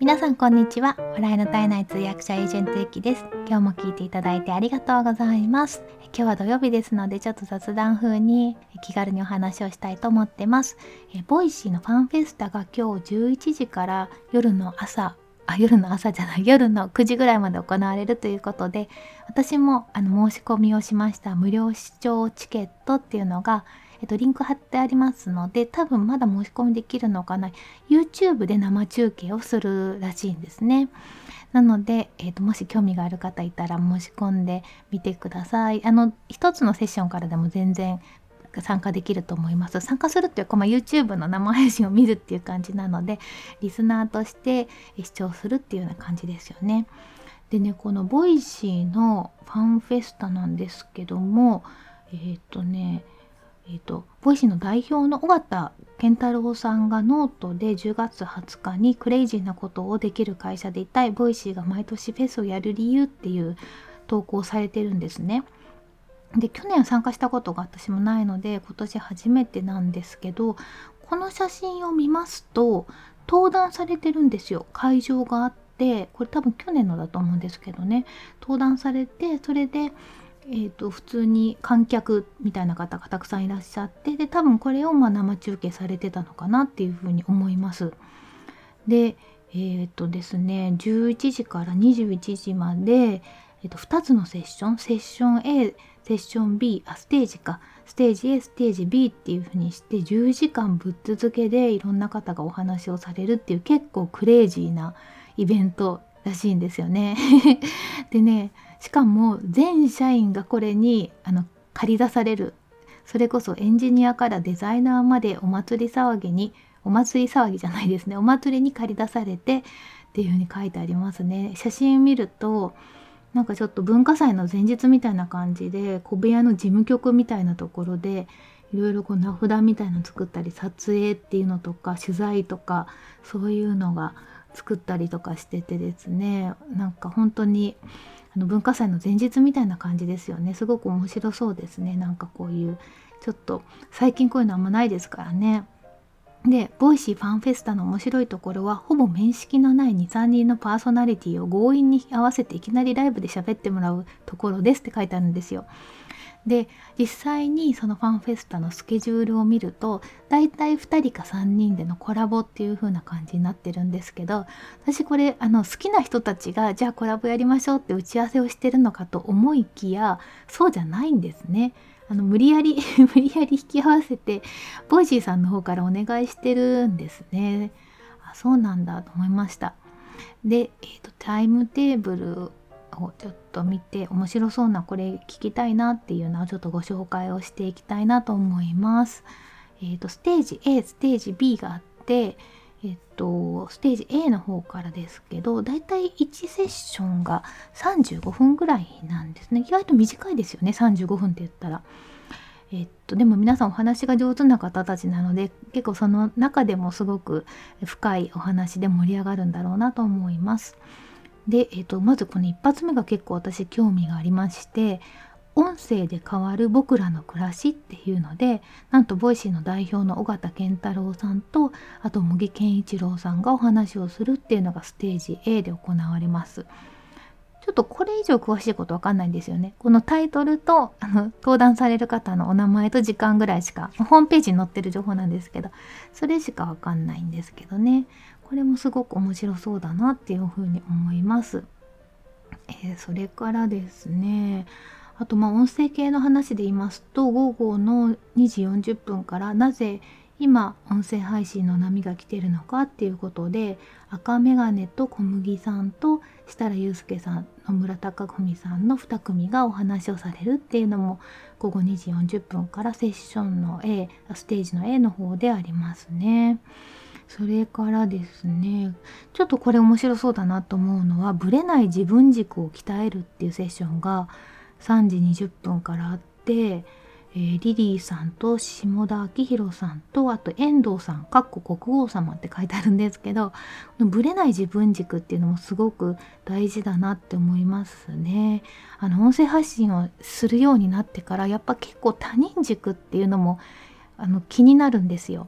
皆さんこんにちは。笑いの絶えない通訳者エージェントゆきです。今日も聞いていただいてありがとうございます。今日は土曜日ですので、ちょっと雑談風に気軽にお話をしたいと思ってます。ボイシーのファンフェスタが今日11時から夜の9時ぐらいまで行われるということで、私も申し込みをしました。無料視聴チケットっていうのがリンク貼ってありますので、多分まだ申し込みできるのかな。 YouTube で生中継をするらしいんですね。なので、もし興味がある方いたら申し込んでみてください。一つのセッションからでも全然参加できると思います。参加するっていうか、YouTube の生配信を見るっていう感じなので、リスナーとして視聴するっていうような感じですよね。でね、このボイシーのファンフェスタなんですけども、ボイシーの代表の尾形健太郎さんがノートで10月20日にクレイジーなことをできる会社でいたい、ボイシーが毎年フェスをやる理由っていう投稿をされてるんですね。で、去年参加したことが私もないので今年初めてなんですけど、この写真を見ますと登壇されてるんですよ。会場があって、これ多分去年のだと思うんですけどね、登壇されて、それで普通に観客みたいな方がたくさんいらっしゃって、で多分これを生中継されてたのかなっていうふうに思います。でですね、11時から21時まで、2つのセッション、セッション A、セッション B、ステージか、ステージ A、ステージ B っていう風にして10時間ぶっ続けでいろんな方がお話をされるっていう、結構クレイジーなイベントらしいんですよね。でね、しかも全社員がこれに借り出される。それこそエンジニアからデザイナーまでお祭り騒ぎじゃないですね、お祭りに借り出されてっていう風に書いてありますね。写真見るとなんかちょっと文化祭の前日みたいな感じで、小部屋の事務局みたいなところでいろいろ名札みたいなの作ったり、撮影っていうのとか取材とかそういうのが作ったりとかしててですね、なんか本当に文化祭の前日みたいな感じですよね。すごく面白そうですね。なんかこういうちょっと最近こういうのあんまないですからね。で、ボイシーファンフェスタの面白いところは、ほぼ面識のない2、3人のパーソナリティを強引に合わせていきなりライブで喋ってもらうところですって書いてあるんですよ。で、実際にそのファンフェスタのスケジュールを見ると、だいたい2人か3人でのコラボっていう風な感じになってるんですけど、私これ好きな人たちがじゃあコラボやりましょうって打ち合わせをしてるのかと思いきや、そうじゃないんですね。無理やり無理やり引き合わせてボイシーさんの方からお願いしてるんですね。そうなんだと思いました。で、タイムテーブルをちょっと見て、面白そうな、これ聞きたいなっていうのをちょっとご紹介をしていきたいなと思います。ステージ A、ステージ B があって、ステージ A の方からですけど、だいたい1セッションが35分ぐらいなんですね。意外と短いですよね、35分って言ったら。でも皆さんお話が上手な方たちなので、結構その中でもすごく深いお話で盛り上がるんだろうなと思います。で、まずこの一発目が結構私興味がありまして、音声で変わる僕らの暮らしっていうので、なんとボイシーの代表の尾形健太郎さんと、あと茂木健一郎さんがお話をするっていうのがステージ A で行われます。ちょっとこれ以上詳しいことわかんないんですよね。このタイトルと登壇される方のお名前と時間ぐらいしか、ホームページに載ってる情報なんですけど、それしかわかんないんですけどね。これもすごく面白そうだなっていうふうに思います。それからですね、あと音声系の話で言いますと、午後の2時40分からなぜ今音声配信の波が来てるのかっていうことで、赤メガネと小麦さんと設楽祐介さん、野村貴文さんの2組がお話をされるっていうのも午後2時40分からセッションの A、ステージの A の方でありますね。それからですね、ちょっとこれ面白そうだなと思うのは、ブレない自分軸を鍛えるっていうセッションが3時20分からあって、リリーさんと下田明宏さんと、あと遠藤さん、国王様って書いてあるんですけど、ブレない自分軸っていうのもすごく大事だなって思いますね。音声発信をするようになってから、やっぱ結構他人軸っていうのも気になるんですよ。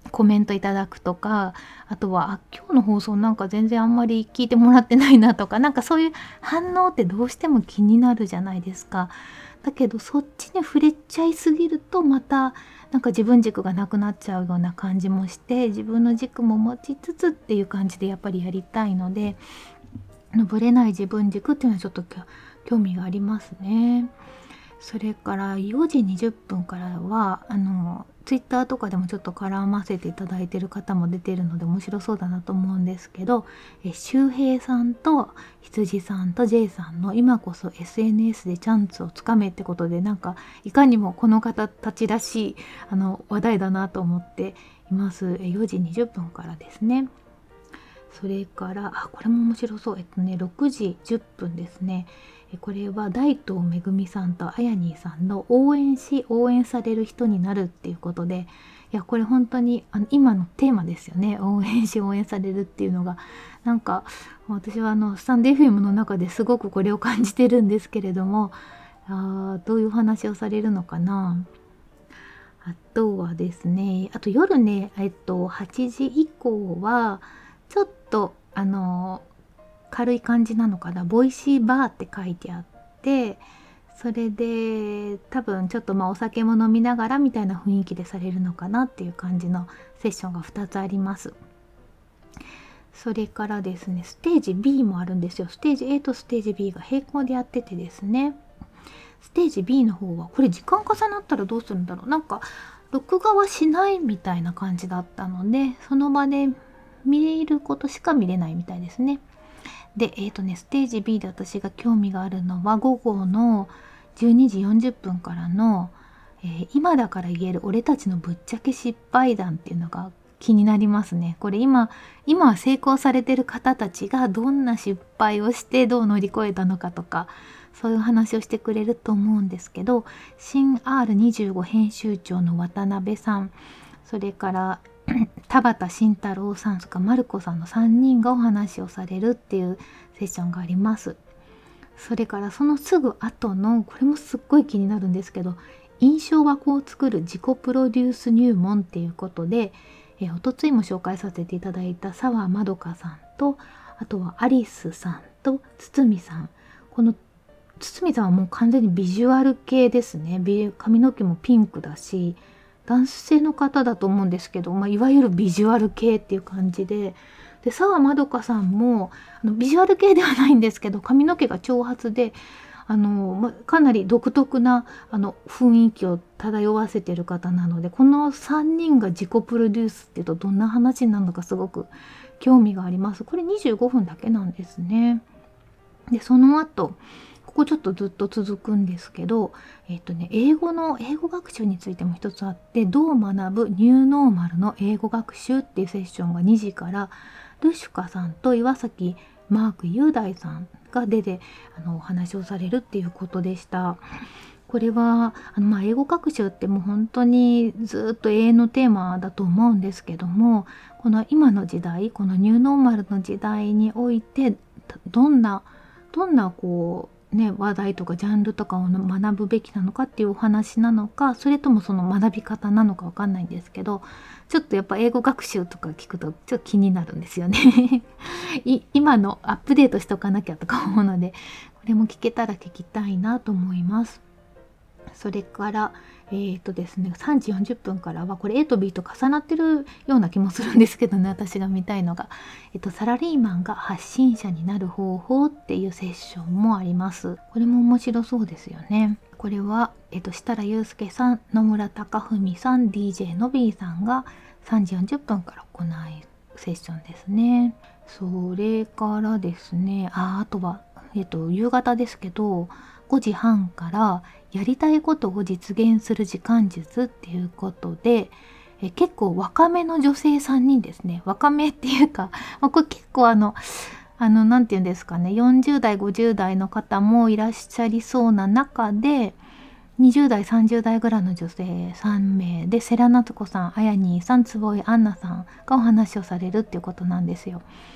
コメントいただくとか、あとは今日の放送なんか全然あんまり聞いてもらってないなとか、なんかそういう反応ってどうしても気になるじゃないですか。だけどそっちに触れちゃいすぎると、またなんか自分軸がなくなっちゃうような感じもして、自分の軸も持ちつつっていう感じでやっぱりやりたいので、ぶれない自分軸っていうのはちょっと興味がありますね。それから4時20分からはツイッターとかでもちょっと絡ませていただいている方も出てるので面白そうだなと思うんですけど、周平さんと羊さんと J さんの今こそ SNS でチャンスをつかめってことで、なんかいかにもこの方たちらしい話題だなと思っています。4時20分からですね。それからこれも面白そう。6時10分ですね。これは大東めぐみさんとあやにーさんの応援し応援される人になるっていうことで、いやこれ本当に今のテーマですよね。応援し応援されるっていうのが、なんか私はスタンド FM の中ですごくこれを感じてるんですけれども、どういうお話をされるのかな。あとはですね、あと夜ね、8時以降はちょっと軽い感じなのかな、ボイシーバーって書いてあって、それで多分ちょっとお酒も飲みながらみたいな雰囲気でされるのかなっていう感じのセッションが2つあります。それからですね、ステージ B もあるんですよ。ステージ A とステージ B が並行でやっててですね、ステージ B の方はこれ時間重なったらどうするんだろう、なんか録画はしないみたいな感じだったので、その場で見れることしか見れないみたいですね。でステージ B で私が興味があるのは午後の12時40分からの、今だから言える俺たちのぶっちゃけ失敗談っていうのが気になりますね。これ今は成功されてる方たちがどんな失敗をしてどう乗り越えたのかとか、そういう話をしてくれると思うんですけど、新 R25 編集長の渡辺さん、それから田畑慎太郎さんとかマルコさんの3人がお話をされるっていうセッションがあります。それからそのすぐ後のこれもすっごい気になるんですけど、印象箱を作る自己プロデュース入門っていうことで、おとついも紹介させていただいた澤まどかさんと、あとはアリスさんと堤さん。この堤さんはもう完全にビジュアル系ですね。髪の毛もピンクだし、男性の方だと思うんですけど、いわゆるビジュアル系っていう感じで、澤まどかさんもビジュアル系ではないんですけど、髪の毛が長髪でかなり独特な雰囲気を漂わせてる方なので、この3人が自己プロデュースっていうとどんな話なのかすごく興味があります。これ25分だけなんですね。でその後ここちょっとずっと続くんですけど、英語学習についても一つあって、どう学ぶニューノーマルの英語学習っていうセッションが2時からルシュカさんと岩崎マーク雄大さんが出てお話をされるっていうことでした。これは英語学習ってもう本当にずっと永遠のテーマだと思うんですけども、この今の時代、このニューノーマルの時代においてどんな話題とかジャンルとかを学ぶべきなのかっていうお話なのか、それともその学び方なのかわかんないんですけど、ちょっとやっぱ英語学習とか聞くとちょっと気になるんですよね今のアップデートしておかなきゃとか思うので、これも聞けたら聞きたいなと思います。それからですね、3時40分からはこれ A と B と重なってるような気もするんですけどね、私が見たいのが、サラリーマンが発信者になる方法っていうセッションもあります。これも面白そうですよね。これは、設楽祐介さん、野村貴文さん、DJ のびーさんが3時40分から行うセッションですね。それからですね、あとは、夕方ですけど5時半からやりたいことを実現する時間術っていうことで、結構若めの女性3人ですね。若めっていうか、これ結構なんていうんですかね、40代50代の方もいらっしゃりそうな中で、20代30代ぐらいの女性3名で、世良夏子さん、あやにーさん、坪井杏奈さんがお話をされるっていうことなんですよ。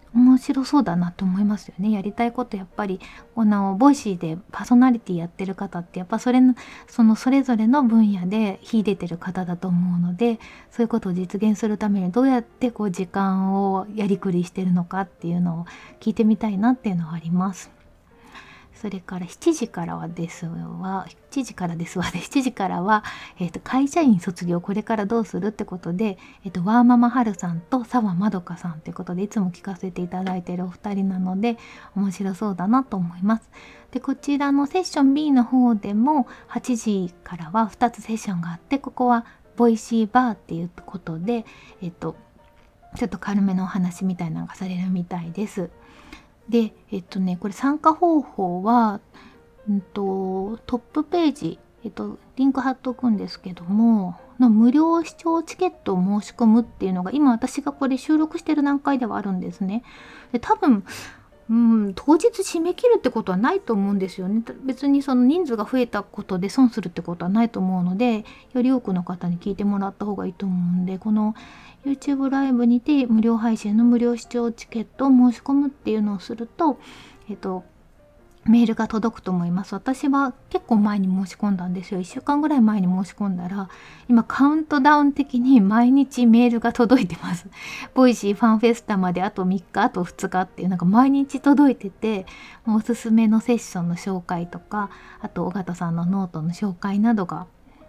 面白そうだなと思いますよね。やりたいことやっぱりボイシーでパーソナリティやってる方ってやっぱそれれぞれの分野で秀でてる方だと思うので、そういうことを実現するためにどうやってこう時間をやりくりしてるのかっていうのを聞いてみたいなっていうのはあります。それから7時からは7時からですわで7時からは、会社員卒業これからどうするってことで、ワーママハルさんと澤まどかさんということでいつも聞かせていただいているお二人なので面白そうだなと思います。でこちらのセッション B の方でも8時からは2つセッションがあって、ここはボイシーバーっていうことで、ちょっと軽めのお話みたいなのがされるみたいです。でこれ参加方法は、トップページ、リンク貼っとくんですけどもの無料視聴チケットを申し込むっていうのが今私がこれ収録してる段階ではあるんですね。で多分当日締め切るってことはないと思うんですよね。別にその人数が増えたことで損するってことはないと思うので、より多くの方に聞いてもらった方がいいと思うんで、この YouTube ライブにて無料配信の無料視聴チケットを申し込むっていうのをすると、メールが届くと思います。私は結構前に申し込んだんですよ。1週間ぐらい前に申し込んだら、今カウントダウン的に毎日メールが届いてます。ボイシーファンフェスタまであと3日、あと2日っていうなんか毎日届いてて、おすすめのセッションの紹介とか、あと尾形さんのノートの紹介などが、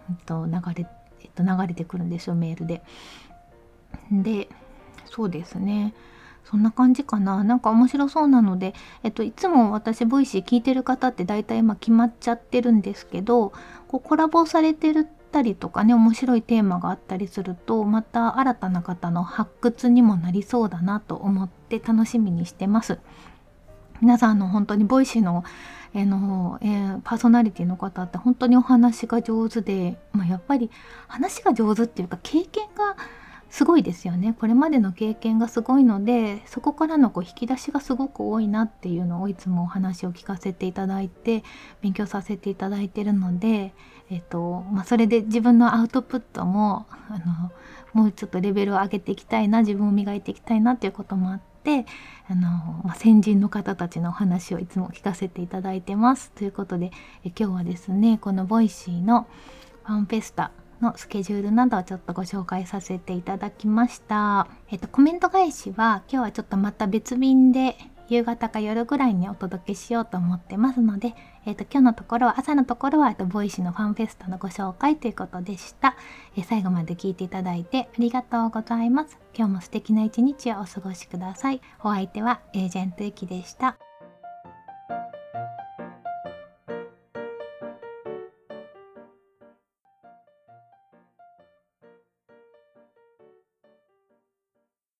流れてくるんですよ、メールで。で、そうですね。そんな感じかな。なんか面白そうなので、いつも私ボイシー聞いてる方って大体決まっちゃってるんですけど、こうコラボされてるたりとかね、面白いテーマがあったりすると、また新たな方の発掘にもなりそうだなと思って楽しみにしてます。皆さん本当にボイシーのパーソナリティの方って本当にお話が上手で、やっぱり話が上手っていうか経験がすごいですよね。これまでの経験がすごいので、そこからの引き出しがすごく多いなっていうのをいつもお話を聞かせていただいて勉強させていただいているので、それで自分のアウトプットももうちょっとレベルを上げていきたいな、自分を磨いていきたいなっていうこともあって、先人の方たちのお話をいつも聞かせていただいてます。ということで今日はですね、このボイシーのファンフェスタのスケジュールなどをちょっとご紹介させていただきました。コメント返しは今日はちょっとまた別便で夕方か夜ぐらいにお届けしようと思ってますので、今日のところは朝のところはボイシーのファンフェスタのご紹介ということでした。最後まで聞いていただいてありがとうございます。今日も素敵な一日をお過ごしください。お相手はエージェントゆきでした。